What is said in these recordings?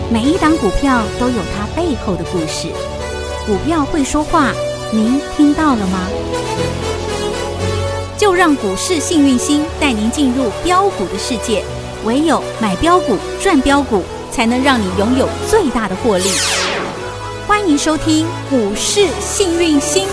每一档股票都有它背后的故事。股票会说话，您听到了吗？就让股市幸运星带您进入标股的世界，唯有买标股赚标股，才能让你拥有最大的获利。欢迎收听股市幸运星。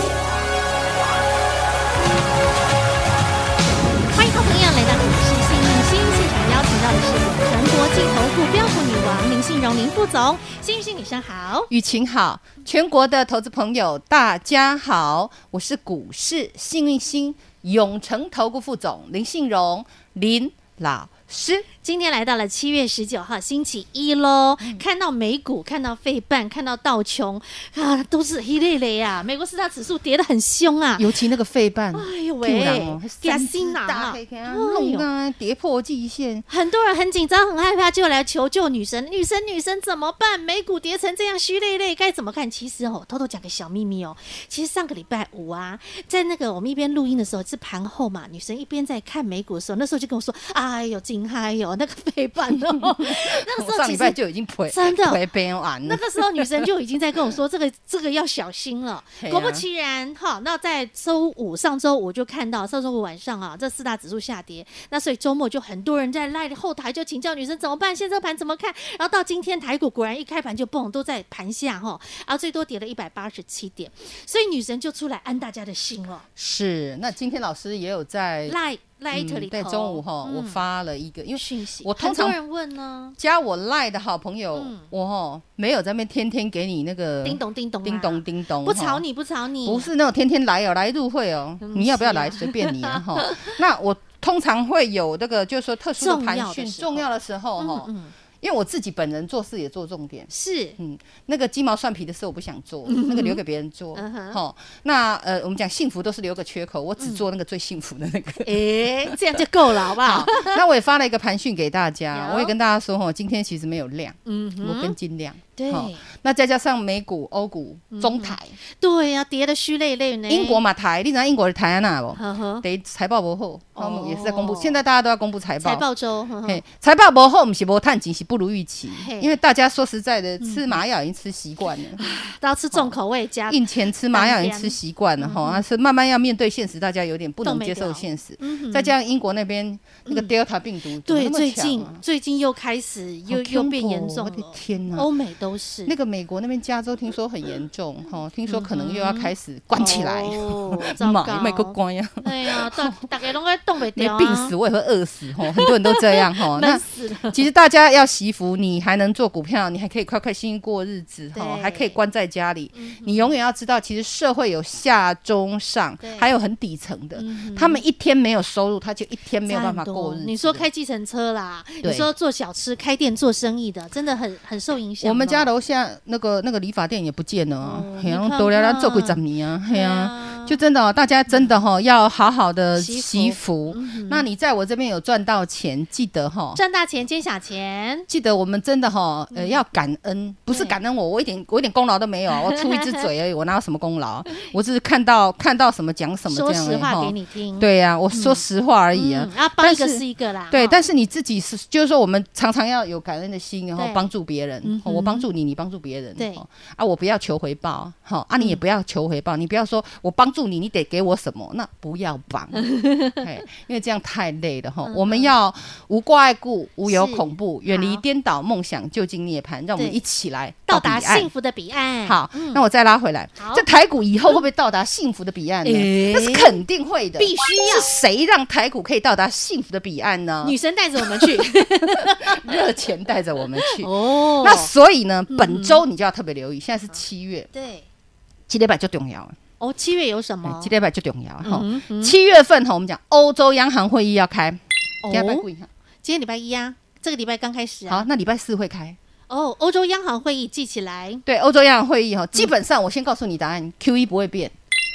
欢迎好朋友来到股市幸运星现场，邀请到的是永诚国际投顾标股女王林信荣林副总。幸运星女生好， 雨晴好，全国的投资朋友大家好，我是股市幸运星永诚投顾副总林信荣林老师。 今天来到了7月19号星期一咯，看到美股，看到费半，看到道琼啊，都是黑累累啊。美国四大指数跌得很凶啊， 尤其那个费半， 哎呦喂， 吓心啊，弄啊，跌破季线， 很多人很紧张，很害怕，就来求救女神怎么办？美股跌成这样，虚累累，该怎么看？其实偷偷讲个小秘密哦，其实上个礼拜五啊，在那个我们一边录音的时候是盘后嘛，女神一边在看美股的时候，那时候就跟我说，哎呦，惊嗨哟。那个费半哦，那个时候上礼拜就已经真的赔完了。 那个时候女神就已经在跟我说，这个要小心了。果不其然，哈，那在上周五就看到，上周五晚上啊，这四大指数下跌，那所以周末就很多人在赖后台就请教女神怎么办，现在盘怎么看？然后到今天台股果然一开盘就蹦，都在盘下哈，然后最多跌了187点，所以女神就出来安大家的心了。 是，那今天老师也有在 Light 里头， 对，中午我发了一个，因为讯息， 我通常很多人问呢， 加我 Line 的好朋友，我没有在那边天天给你那个叮咚叮咚叮咚叮咚， 不吵你，不是那种天天来来入会哦，你要不要来随便你啊哈。那我通常会有那个就是说特殊的盘讯，重要的时候哈。因为我自己本人做事也做重点， 是， 那个鸡毛蒜皮的事我不想做，那个留给别人做，那我们讲幸福都是留个缺口，我只做那个最幸福的那个， 这样就够了，好不好？ 那我也发了一个盘讯给大家，我也跟大家说今天其实没有量，我跟金量。 对， 那再加上美股、欧股、中台， 对呀，跌得虚累累呢。 英国嘛台，你知道英国的台哪不？得财报不好，他们也是在公布。现在大家都要公布财报， 财报周， 财报不好，不是没赚钱，是不如预期。因为大家说实在的，吃麻药已经吃习惯了， 都要吃重口味加印钱吃麻药已经吃习惯了哈，是慢慢要面对现实，大家有点不能接受现实。再加上英国那边那个 Delta 病毒， 对，最近又开始又变严重了，我的天哪， 欧美都是那个美国那边加州听说很严重听说可能又要开始关起来，美国关呀， 对呀，大家都在冻不掉， 病死我也会饿死很多人都这样那其实大家要惜福，你还能做股票，你还可以快快心心过日子还可以关在家里，你永远要知道，其实社会有下中上，还有很底层的，他们一天没有收入，他就一天没有办法过日子。 你说开计程车啦，你说做小吃、开店做生意的，真的很受影响。 我们家楼下那个理发店也不见了多了做几十年啊，就真的大家真的要好好的惜福。那你在我这边有赚到钱，记得赚大钱捐小钱， 记得我们真的要感恩，不是感恩我一点功劳都没有，我出一只嘴而已，我哪有什么功劳？我只是看到什么讲什么这样， 说实话给你听。 对呀，我说实话而已啊。 帮一个是一个啦。 对，但是你自己是，就是说我们常常要有感恩的心，然后帮助别人。我帮助你，你帮助别人。 对我不要求回报，你也不要求回报，你不要说我帮助你，你得给我什么，那不要帮，因为这样太累了我们要无挂碍故，无有恐怖，远离颠倒梦想，就近涅槃，让我们一起来到达幸福的彼岸。 好，那我再拉回来，这台股以后会不会到达幸福的彼岸呢？那是肯定会的， 必须要。 是谁让台股可以到达幸福的彼岸呢？ 女神带着我们去， 热钱带着我们去。那所以呢，本周你就要特别留意，现在是7月， 对， 这礼拜就重要了。 7月有什么？ 这礼拜就重要7月份我们讲欧洲央行会议要开，今天礼拜一啊，这个礼拜刚开始好，那礼拜4会开。 欧洲央行会议记起来。 对，欧洲央行会议基本上我先告诉你答案，QE 不会变。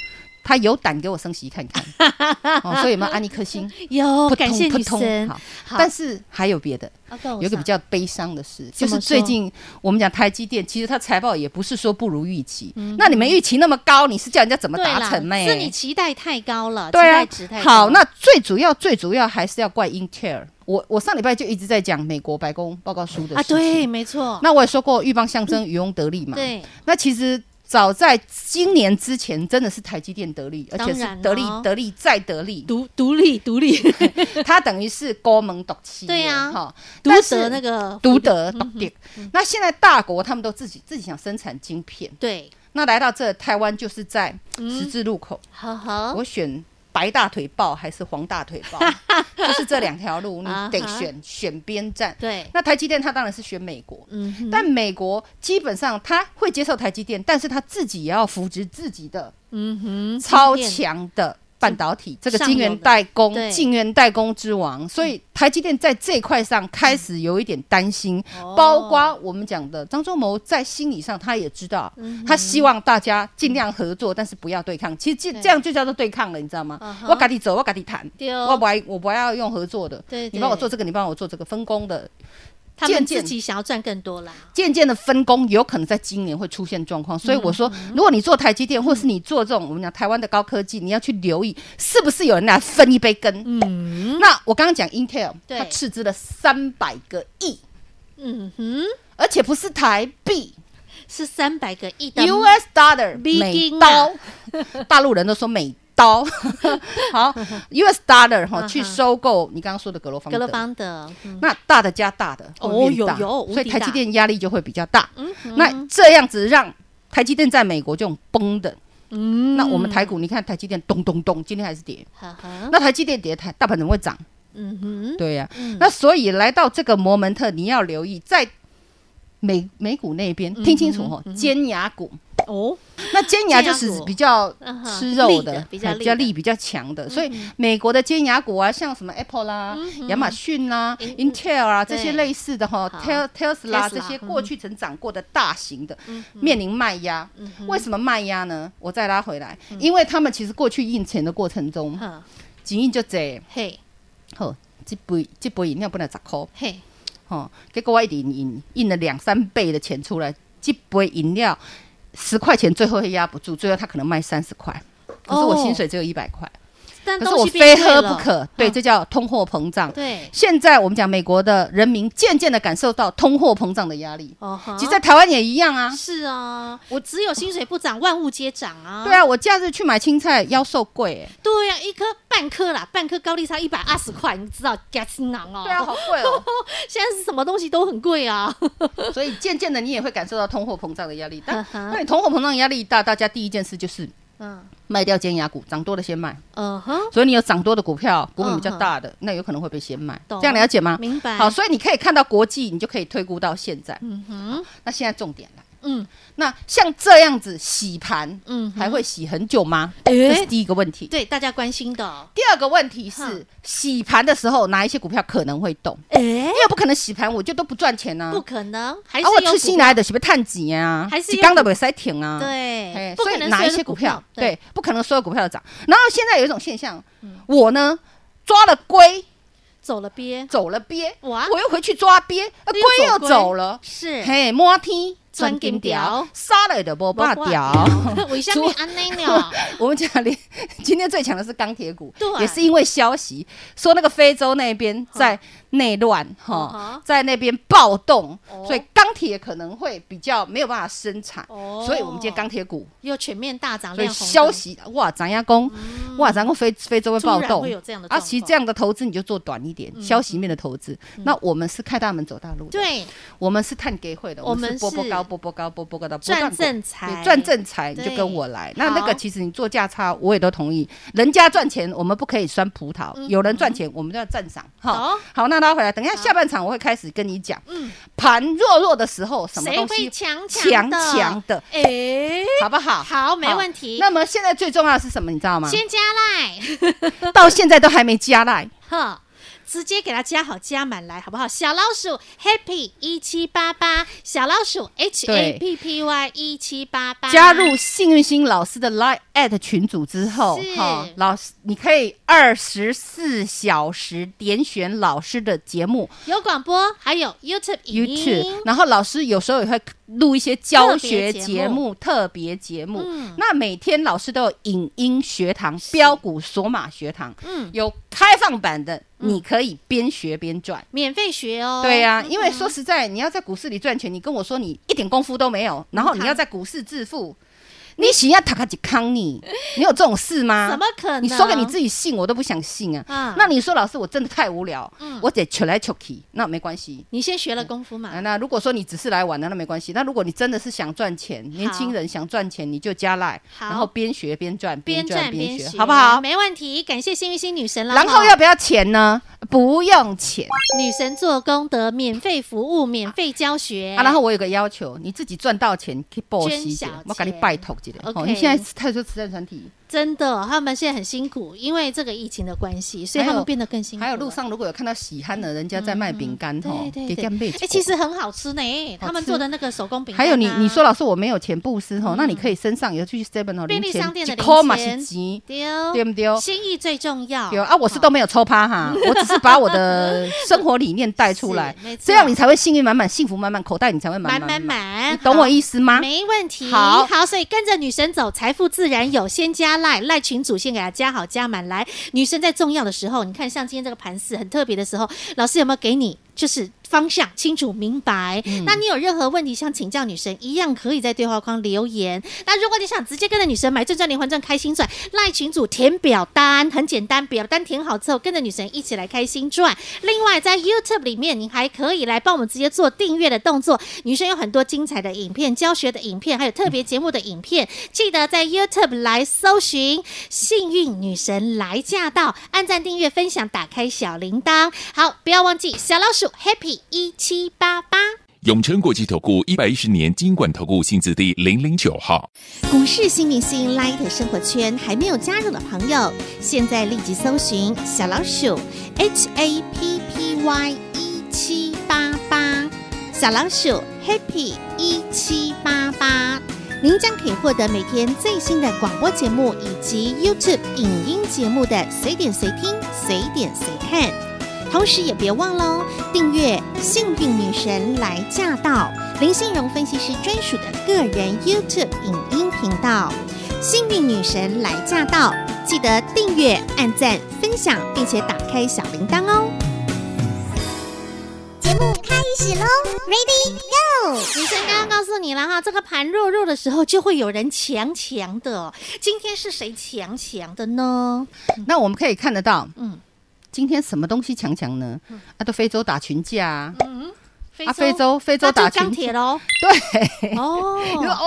他有胆给我升息看看。所以有没有安一颗心？ 有，感谢女神。 好，但是还有别的。有一个比较悲伤的事，就是最近我们讲台积电，其实它财报也不是说不如预期。那你们预期那么高，你是叫人家怎么达成呢？ 是你期待太高了， 对啊， 期待值太高。 好，那最主要还是要怪英特尔。我上礼拜就一直在讲美国白宫报告书的事情对，没错。 那我也说过，鹬蚌相争，渔翁得利嘛。 对。 那其实早在今年之前，真的是台积电得利，而且是得利再得利， 独立， 它等于是高门独起。 对呀，独得那个独得。那现在大国他们都自己想生产晶片， 对。 那来到这台湾就是在十字路口，我选白大腿抱还是黄大腿抱，就是这两条路，你得选边站。 对， 那台积电它当然是选美国，但美国基本上它会接受台积电，但是它自己也要扶植自己的超强的半导体，这个晶圆代工之王，所以台积电在这一块上开始有一点担心，包括我们讲的张忠谋在心理上他也知道，他希望大家尽量合作，但是不要对抗。其实这样就叫做对抗了，你知道吗？我跟你走，我跟你谈，我不要用合作的，你帮我做这个，你帮我做这个，分工的。 他们自己想要赚更多啦， 渐渐的分工有可能在今年会出现状况，所以我说，如果你做台积电，或是你做这种我们讲台湾的高科技，你要去留意是不是有人来分一杯羹。那我刚刚讲 Intel， 它斥资了300个亿，而且不是台币， 是300个亿的 US dollar 美刀，大陆人都说美刀好 US dollar 去收购你刚刚说的格罗方德，那大的加大的有，所以台积电压力就会比较大。那这样子让台积电在美国这种崩的，那我们台股你看台积电咚咚咚，今天还是跌，那台积电跌，大盘怎么会涨？对呀，那所以来到这个摩门特，你要留意在美股那边，听清楚尖牙股。那尖牙就是比较吃肉的，比较力比较强的，所以美国的尖牙股啊，像什么 Apple 啦、亚马逊啦、Intel 啊这些类似的Tesla 这些过去曾涨过的大型的，面临卖压。为什么卖压呢？我再拉回来，因为他们其实过去印钱的过程中，钱印就多，好，这杯饮料不能10块，结果我一定印了2-3倍的钱出来，这杯饮料10块钱最后会压不住，最后他可能卖30块，可是我薪水只有100块，可是我非喝不可。对，这叫通货膨胀。对，现在我们讲美国的人民渐渐的感受到通货膨胀的压力。其实在台湾也一样啊。是啊， 我只有薪水不涨，万物皆涨啊。 对啊，我假日去买青菜腰瘦贵。 对啊，半颗高丽菜120块，你知道加青囊哦。 对啊，好贵哦。 现在是什么东西都很贵啊。 所以渐渐的你也会感受到通货膨胀的压力。那你通货膨胀压力大，大家第一件事就是卖掉尖牙股，涨多的先卖。所以你有涨多的股票，股本比较大的，那有可能会被先卖。这样了解吗？ 明白。 好，所以你可以看到国际，你就可以推估到现在。那现在重点来。那像这样子洗盘，还会洗很久吗？这是第一个问题。 对，大家关心的。 第二个问题是，洗盘的时候哪一些股票可能会动？因为不可能洗盘我就都不赚钱啊， 不可能，还是我出新来的是不是探几啊？ 还是刚的不塞停啊？ 对， 所以哪一些股票？对，不可能所有股票都涨。然后现在有一种现象，我呢抓了龟。 走了鳖， 哇！我又回去抓鳖，龟又走了， 是嘿，摸天钻金条，杀了的无办法掉。 为什么安内呢？ 我们讲今天最强的是钢铁股，也是因为消息说那个非洲那边在内乱在那边暴动，所以钢铁可能会比较没有办法生产，所以我们今天钢铁股又全面大涨。 所以消息哇，涨压工哇，然后非洲会暴动，其实这样的投资你就做短一点，消息面的投资。那我们是开大门走大路的， 对， 我们是探给会的，我们是波高的赚正财， 赚正财你就跟我来。那个其实你做价差我也都同意，人家赚钱我们不可以酸葡萄，有人赚钱我们就要赞赏。好，那拉回来，等一下下半场我会开始跟你讲，盘弱的时候什么东西强的，好不好？ 好，没问题。 那么现在最重要的是什么？你知道吗？ 先加赖， 到现在都还没加赖。 直接给它加好加满来，好不好？小老鼠 Happy 1788，小老鼠 HAPPY 1788， 加入幸运星老师的 Line@ 群组之后，老师你可以24小时点选老师的节目， 有广播，还有 YouTube 影音， 然后老师有时候也会录一些教学节目、特别节目。那每天老师都有影音学堂、标股索马学堂，有开放版的，你可以边学边赚， 免费学哦。 对啊，因为说实在，你要在股市里赚钱，你跟我说你一点功夫都没有，然后你要在股市致富。你喜要塔卡吉康你有这种事吗？ 怎么可能？ 你说给你自己信，我都不想信啊。那你说老师，我真的太无聊，我得求来求去，那没关系。 你先学了功夫嘛。 那如果说你只是来玩的，那没关系。那如果你真的是想赚钱，年轻人想赚钱，你就加赖，然后边学边赚，边赚边学，好不好？ 没问题。感谢幸运星女神了。 然后要不要钱呢？不用钱。 女神做功德，免费服务，免费教学。 然后我有个要求，你自己赚到钱去报喜一我给你拜托一下。你现在太多慈善团体， 真的，他们现在很辛苦，因为这个疫情的关系，所以他们变得更辛苦。 还有路上如果有看到喜憨的人家在卖饼干，给干贝， 其实很好吃呢，他们做的那个手工饼干。 还有你说老师我没有钱布施那你可以身上有去 7 便利商店的零钱， 对不对？ 心意最重要。 有啊，我是都没有抽趴哈，我只是把我的生活理念带出来，这样你才会幸运满满、幸福满满，口袋你才会满，你懂我意思吗？ 没问题。好，所以跟着女神走，财富自然有。先加赖群组，先给它加好加满来。女生在重要的时候，你看像今天这个盘势很特别的时候，老师有没有给你就是方向清楚明白？那你有任何问题想请教女神，一样可以在对话框留言。那如果你想直接跟着女神买赚赚连环赚开心赚，赖群组填表单很简单，表单填好之后跟着女神一起来开心赚。另外在 YouTube 里面，你还可以来帮我们直接做订阅的动作。女神有很多精彩的影片、教学的影片，还有特别节目的影片，记得在 YouTube 来搜寻幸运女神来驾到，按赞订阅分享，打开小铃铛。好，不要忘记小老鼠 Happy 1788。 永诚国际投顾110年金管投顾新字第009号。 股市幸运星 Light 生活圈还没有加入的朋友，现在立即搜寻小老鼠 HAPPY 1788，小老鼠 Happy 1788。您将可以获得每天最新的广播节目以及 YouTube 影音节目的随点随听、随点随看。同时也别忘了订阅幸运女神来驾到林信荣分析师专属的个人 YouTube 影音频道幸运女神来驾到，记得订阅、按赞、分享，并且打开小铃铛哦。节目开始喽 ，Ready Go！ 女神刚刚告诉你了哈，这个盘弱弱的时候，就会有人强强的。今天是谁强强的呢？ 那我们可以看得到，今天什么东西强强呢？都非洲打群架啊！非洲打群钢铁喽， 对哦，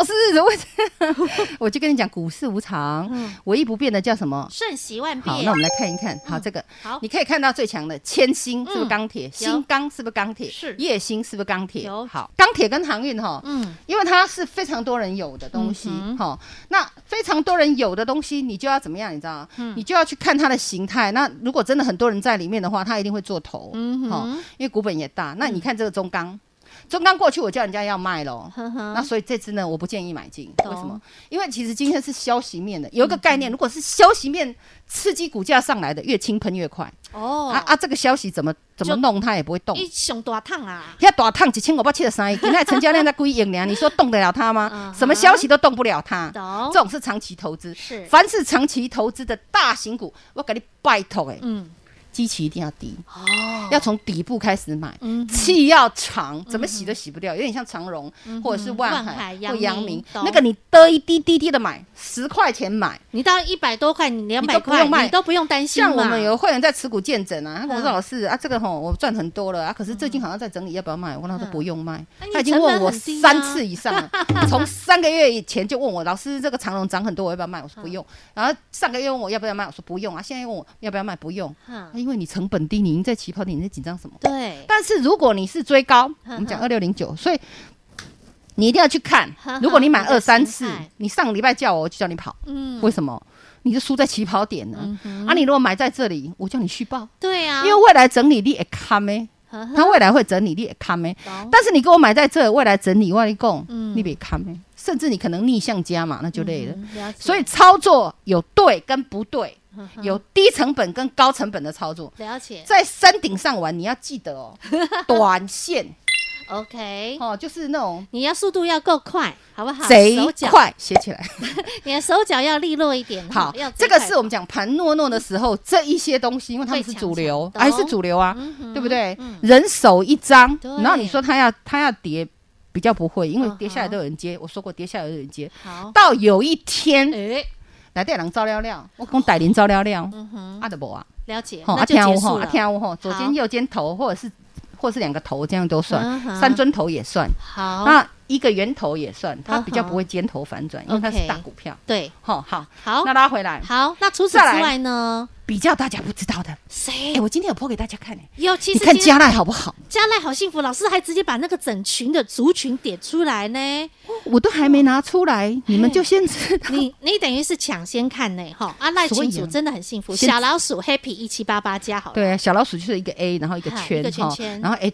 我就跟你讲，股市无常，唯一不变的叫什么？ 瞬息万变。 好，那我们来看一看，好，这个你可以看到最强的千星是不是钢铁？新钢是不是钢铁？是叶星是不是钢铁？好，钢铁跟航运因为它是非常多人有的东西那非常多人有的东西，你就要怎么样？你知道你就要去看它的形态。那如果真的很多人在里面的话，它一定会做头，因为股本也大。那你看这个中钢过去我叫人家要卖咯，那所以这次呢我不建议买进。为什么？因为其实今天是消息面的，有一个概念，如果是消息面刺激股价上来的，越轻喷越快。这个消息怎么弄它也不会动。 一上大烫啊， 那大烫1573亿，现在成交量在几亿呢？你说动得了它吗？什么消息都动不了它。这种是长期投资，凡是长期投资的大型股，我给你拜托基期一定要低要从底部开始买，气要长，怎么洗都洗不掉，有点像长荣或者是万海或阳明，那个你一滴的买，10块钱买， 你到100多块，你200块你都不用担心嘛。 像我们有会员在持股见证他跟我说老师这个我赚很多了可是最近好像在整理，要不要卖？我跟他说不用卖，他已经问我3次以上了，从3个月以前就问我老师这个长荣涨很多，我要不要卖？我说不用。然后上个月问我要不要卖，我说不用现在问我要不要卖，不用。因为你成本低，你已经在起跑点，你在紧张什么？ 对。 但是如果你是追高，我们讲2609，所以你一定要去看。如果你买2、3次，你上个礼拜叫我就叫你跑，为什么？ 你就输在起跑点了。你如果买在这里，我叫你续报。 对啊， 因为未来整理你会看咩？它未来会整理你会看咩？但是你给我买在这，未来整理我跟你讲，你别看咩？甚至你可能逆向加码，那就累了。所以操作有对跟不对。有低成本跟高成本的操作， 了解。 在山顶上玩，你要记得哦，短线 ，OK， 就是那种你要速度要够快，好不好？ 贼快，写起来。 你的手脚要利落一点。 好，这个是我们讲盘诺诺的时候，这一些东西，因为他们是主流，还是主流啊，对不对？人手一张，然后你说他要跌。比较不会，因为跌下来都有人接。我说过，跌下来有人接。到有一天，来电人照料料，我讲带领照料料，就无啊。 了解，那就结束了。 听我左肩右肩头，或者是两个头，这样都算。三尊头也算。 好， 那一个圆头也算，它比较不会尖头反转，因为它是大股票。 对， 好，那拉回来。 好，那除此之外呢？ 比较大家不知道的， 谁？ 我今天有播给大家看有，其实你看加赖好不好？ 加赖好幸福，老师还直接把那个整群的族群点出来呢。 我都还没拿出来，你们就先知道。 你等于是抢先看呢，哈！赖群组真的很幸福。小老鼠 Happy 1788加好了。 对，小老鼠就是一个 A， 然后一个圈，然后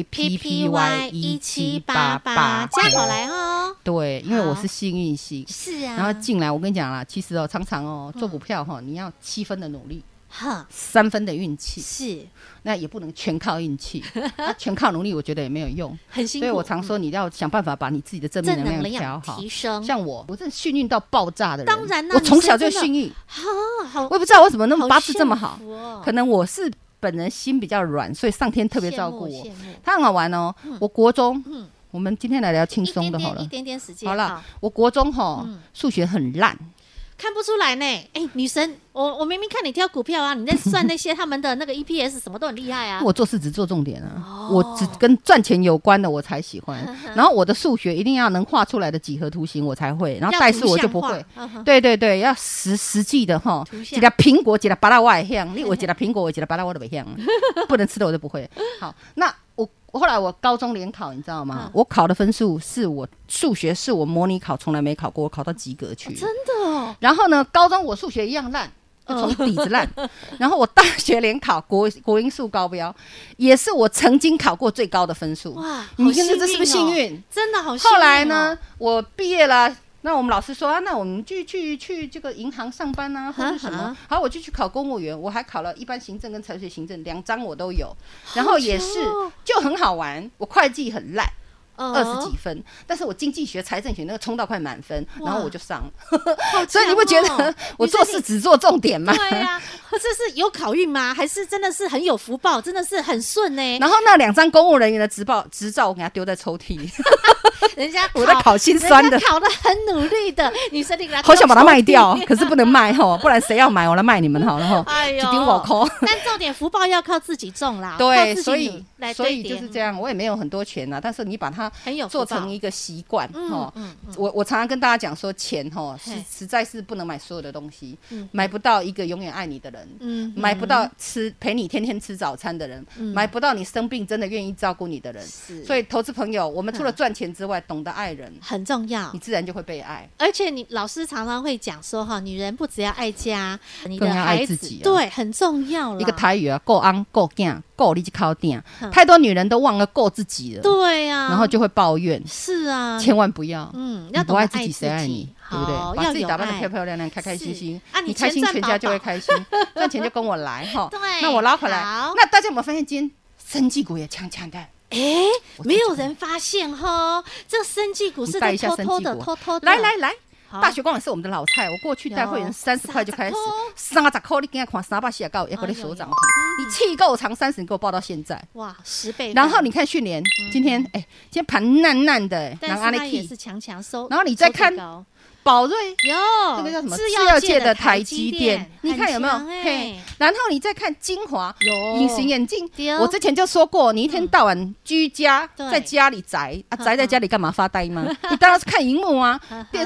HAPPY 1788 加好来哦。 对，因为我是幸运星， 是啊。 然后进来，我跟你讲啦，其实常常做股票你要7分的努力。3分的运气是， 那也不能全靠运气，全靠努力，我觉得也没有用， 很辛苦。 所以我常说，你要想办法把你自己的正面能量调好， 提升。 像我真的幸运到爆炸的人， 当然啦， 我从小就幸运。 好， 我也不知道为什么那么八字这么好，可能我是本人心比较软，所以上天特别照顾我。它很好玩哦，我国中，我们今天来聊轻松的好了， 一点点时间。 好了，我国中数学很烂。 看不出来呢，女神，我明明看你挑股票啊，你在算那些他们的那个 EPS 什么都很厉害啊。 我做事只做重点啊，我只跟赚钱有关的我才喜欢。然后我的数学一定要能画出来的几何图形我才会，然后代数我就不会。对，要实际的哈，一粒苹果，一粒芭乐我会香，你我一粒苹果，我一粒芭乐我都不香，不能吃的我就不会。好，那后来我高中联考，你知道吗？我考的分数是我数学是我模拟考从来没考过，我考到及格去。 真的哦。 然后呢，高中我数学一样烂，从底子烂。然后我大学联考国英数高标，也是我曾经考过最高的分数。哇，你看这是不是幸运？ 真的好幸运。 后来呢，我毕业了。那我们老师说那我们去这个银行上班啊，或者什么？好，我就去考公务员，我还考了一般行政跟财税行政2张我都有，然后也是就很好玩。我会计很烂，20几分，但是我经济学、财政学那个冲到快满分，然后我就上了。所以你不觉得我做事只做重点吗？ 对呀，这是有考运吗？还是真的是很有福报，真的是很顺呢？ 然后那2张公务人员的执照，我给他丢在抽屉里。 人家我在考心酸的， 考得很努力的，女生你给他好想把它卖掉，可是不能卖哈，不然谁要买我来卖你们好了哈。 哎呦， 就丢我扣。 但重点福报要靠自己种啦， 对，所以就是这样。我也没有很多钱啊，但是你把它做成一个习惯哈。我常常跟大家讲说，钱哈实在是不能买所有的东西，买不到一个永远爱你的人，买不到陪你天天吃早餐的人，买不到你生病真的愿意照顾你的人。所以投资朋友，我们除了赚钱之外，懂得爱人很重要， 你自然就会被爱。 而且你老师常常会讲说哈，女人不只要爱家，你的孩子对很重要了。 一个台语啊，顾翁顾囝顾你去靠定，太多女人都忘了顾自己了。 对呀， 然后就会抱怨。 是啊， 千万不要， 要不爱自己谁爱你，对不对？把自己打扮得漂漂亮亮，开开心心，你开心全家就会开心，赚钱就跟我来哈。 对， 那我拉回来，那大家有没有发现今天生技股也强强的？ 没有人发现哈，这生技股是在偷偷的。 来，大学光也是我们的老菜。我过去带会员30块就开始，30块你给他看349，也给你所涨停，你气够长30，你给我报到现在， 哇，10倍。 然后你看讯联，今天盘烂烂的， 但是它也是强收。 然后你再看宝瑞有那个叫什么制药界的台积电，你看有没有？嘿，然后你再看精华隐形眼镜，我之前就说过，你一天到晚居家在家里宅在家里干嘛发呆吗？你当然是看荧幕啊，电视看完。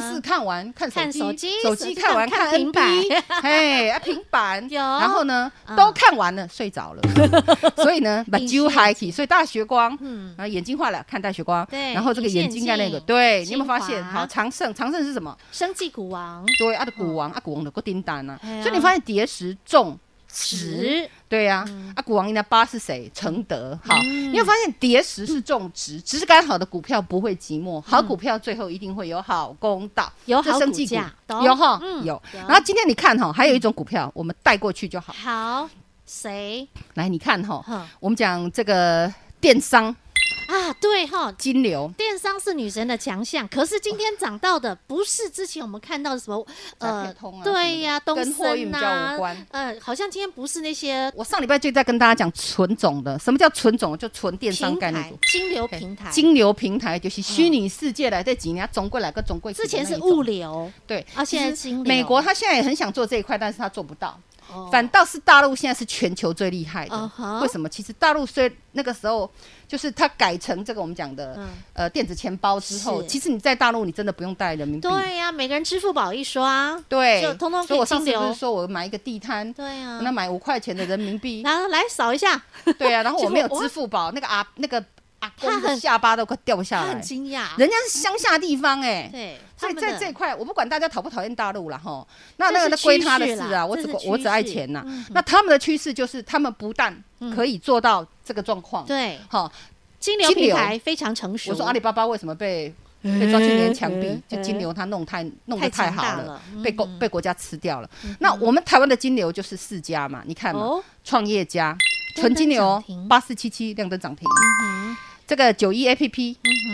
完看手机， 手机看完看平板， 平板， 有， 然后呢都看完了睡着了，所以呢把揪嗨起，所以大血光，然后眼睛坏了看大血光， 对， 然后这个眼睛看那个，对，你有没有发现？好，长盛是什么？ 生技股王， 对，的股王股王的个叮当啊，所以你发现跌时重值，对呀，股王应该8是谁？承德。好，你有发现跌时是重值，只是刚好的股票不会寂寞，好股票最后一定会有好公道， 有好股价， 有哈，有。然后今天你看哈，还有一种股票，我们带过去就好。 好，谁？ 来，你看哈，我们讲这个电商。 啊，对哈， 金流电商是女神的强项，可是今天涨到的不是之前我们看到的什么对呀，东森啊，好像今天不是那些。 我上礼拜就在跟大家讲纯种的，什么叫纯种？就纯电商概念股， 金流平台， 金流平台就是虚拟世界来这几年中国来个中国， 之前是物流， 对， 现在金流。 美国他现在也很想做这一块，但是他做不到。反倒是大陆现在是全球最厉害的，为什么？其实大陆虽那个时候就是它改成这个我们讲的电子钱包之后，其实你在大陆你真的不用带人民币。 对呀，每个人支付宝一刷， 对， 就通通可以金流。 所以我上次不是说我买一个地摊， 对呀， 那买5块钱的人民币， 然后来扫一下， 对啊，然后我没有支付宝，那个阿公的下巴都快掉下来， 他很惊讶， 人家是乡下地方对， 所以在这一块，我不管大家讨不讨厌大陆啦哈，那归他的事啊，我只爱钱呐。那他们的趋势就是他们不但可以做到这个状况， 对， 好， 金流平台非常成熟。 我说阿里巴巴为什么被抓去连墙壁？就金流它弄得太好了，被国家吃掉了。那我们台湾的金流就是4家嘛，你看嘛，创业家纯金流8477亮灯涨停。这个91 APP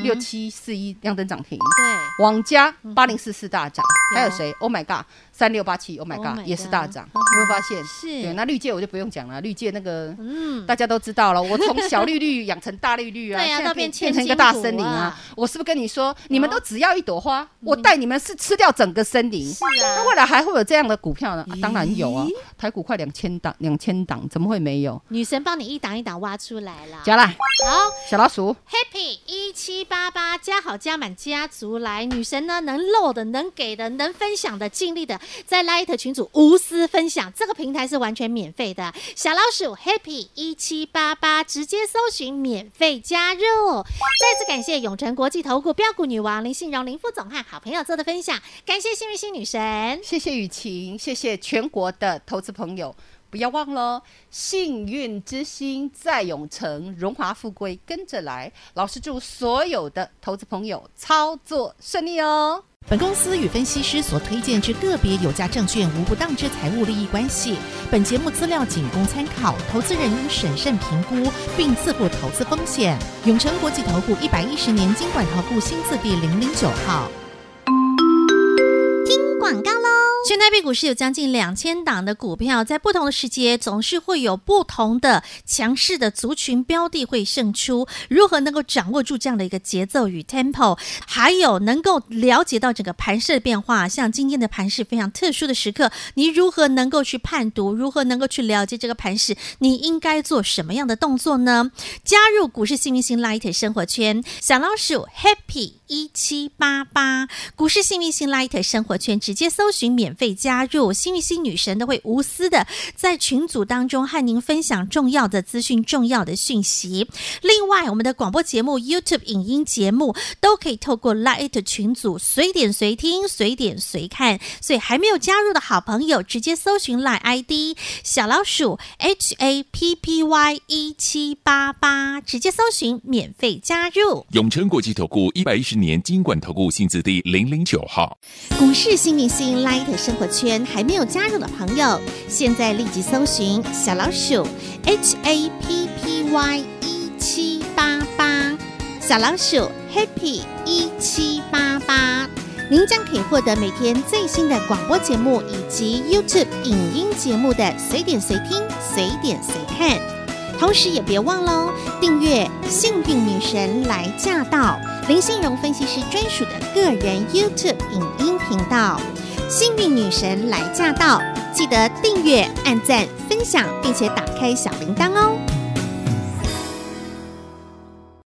6741亮灯涨停，对，网家8044大涨，还有谁 ？Oh my god，3687 ，Oh my god 也是大涨，有没有发现？ 是， 对，那绿界我就不用讲了，绿界那个大家都知道了，我从小绿绿养成大绿绿啊， 对啊， 现在变成一个大森林啊！我是不是跟你说，你们都只要一朵花，我带你们是吃掉整个森林？ 是啊， 那未来还会有这样的股票呢？当然有啊，台股快2000档，怎么会没有？ 女神帮你一档一档挖出来了， 加来， 好， 小老鼠。 Happy 1788加好加满家族来，女神呢能漏的、能给的、能分享的、尽力的，在 Light 群组无私分享，这个平台是完全免费的。小老鼠 Happy 1788直接搜寻免费加入。再次感谢永诚国际投顾标股女王林信荣林副总和好朋友做的分享，感谢幸运星女神， 谢谢雨晴，谢谢全国的投资朋友。不要忘了，幸运之星在永城，荣华富贵跟着来。老师祝所有的投资朋友操作顺利哦。 本公司与分析师所推荐之个别有价证券无不当之财务利益关系。本节目资料仅供参考，投资人应审慎评估并自负投资风险。永诚国际投顾110年金管投顾新字第009号。 听广告喽。全台北股市有将近2000档的股票，在不同的时节总是会有不同的强势的族群标的会胜出。如何能够掌握住这样的一个节奏与 tempo， 还有能够了解到整个盘势的变化，像今天的盘势非常特殊的时刻，你如何能够去判读，如何能够去了解这个盘势，你应该做什么样的动作呢？加入股市幸运星 Light 生活圈，小老鼠 Happy 1788股市幸运星 Light 生活圈，直接搜寻免费加入，幸运星女神都会无私的在群组当中和您分享重要的资讯、重要的讯息。另外，我们的广播节目、YouTube 影音节目都可以透过 Light 群组随点随听、随点随看。所以还没有加入的好朋友，直接搜寻 Light ID 小老鼠 HAPPY 1788，直接搜寻免费加入。 永诚国际投顾110年金管投顾新字第009号。 股市幸运星 Light 生活圈还没有加入的朋友，现在立即搜寻小老鼠 HAPPY 1788，小老鼠 Happy 1788，您将可以获得每天最新的广播节目以及 YouTube 影音节目的随点随听、随点随看。同时也别忘了订阅幸运女神来驾到林信荣分析师专属的个人 YouTube 影音频道幸运女神来驾到，记得订阅、按赞、分享，并且打开小铃铛哦。